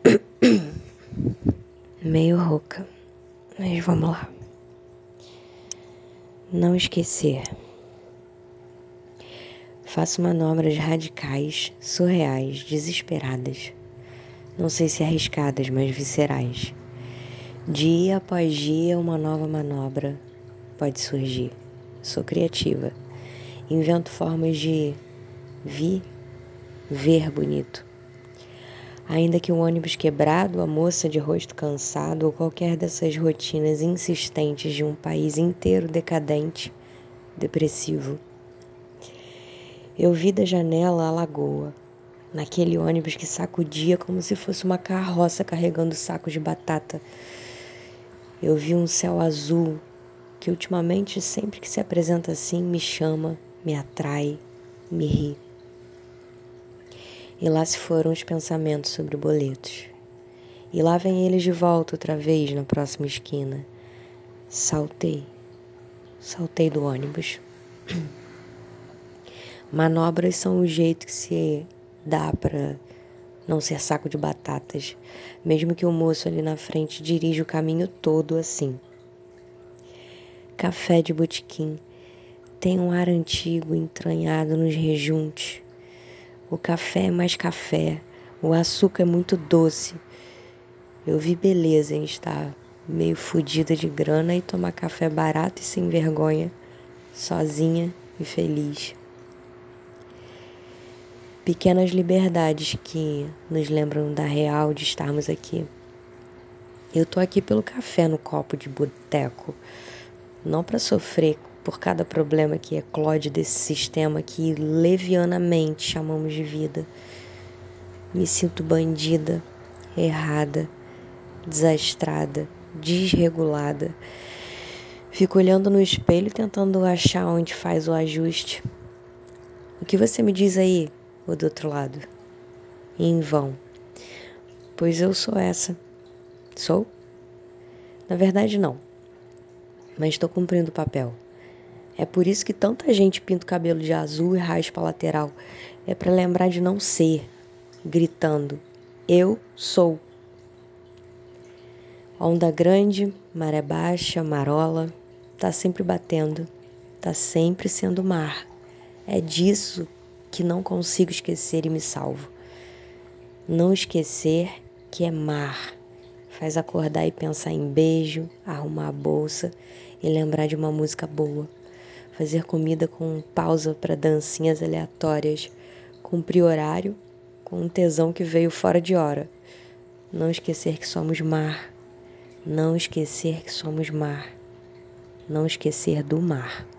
Meio rouca, mas vamos lá. Não esquecer. Faço manobras radicais, surreais, desesperadas. Não sei se arriscadas, mas viscerais. Dia após dia, uma nova manobra pode surgir. Sou criativa. Invento formas de ver bonito. Ainda que um ônibus quebrado, a moça de rosto cansado ou qualquer dessas rotinas insistentes de um país inteiro decadente, depressivo. Eu vi da janela a lagoa, naquele ônibus que sacudia como se fosse uma carroça carregando sacos de batata. Eu vi um céu azul que ultimamente sempre que se apresenta assim me chama, me atrai, me ri. E lá se foram os pensamentos sobre boletos. E lá vem eles de volta outra vez na próxima esquina. Saltei do ônibus. Manobras são o jeito que se dá pra não ser saco de batatas, mesmo que o moço ali na frente dirija o caminho todo assim. Café de botequim tem um ar antigo entranhado nos rejuntos. O café é mais café, o açúcar é muito doce. Eu vi beleza em estar meio fodida de grana e tomar café barato e sem vergonha, sozinha e feliz. Pequenas liberdades que nos lembram da real de estarmos aqui. Eu tô aqui pelo café no copo de boteco, não para sofrer por cada problema que eclode desse sistema que levianamente chamamos de vida. Me sinto bandida, errada, desastrada, desregulada. Fico olhando no espelho tentando achar onde faz o ajuste. O que você me diz aí, o do outro lado? Em vão. Pois eu sou essa. Sou? Na verdade, não. Mas estou cumprindo o papel. É por isso que tanta gente pinta o cabelo de azul e raspa a lateral. É para lembrar de não ser, gritando. Eu sou. Onda grande, maré baixa, marola, tá sempre batendo, tá sempre sendo mar. É disso que não consigo esquecer e me salvo. Não esquecer que é mar. Faz acordar e pensar em beijo, arrumar a bolsa e lembrar de uma música boa. Fazer comida com pausa para dancinhas aleatórias. Cumprir horário com um tesão que veio fora de hora. Não esquecer que somos mar. Não esquecer que somos mar. Não esquecer do mar.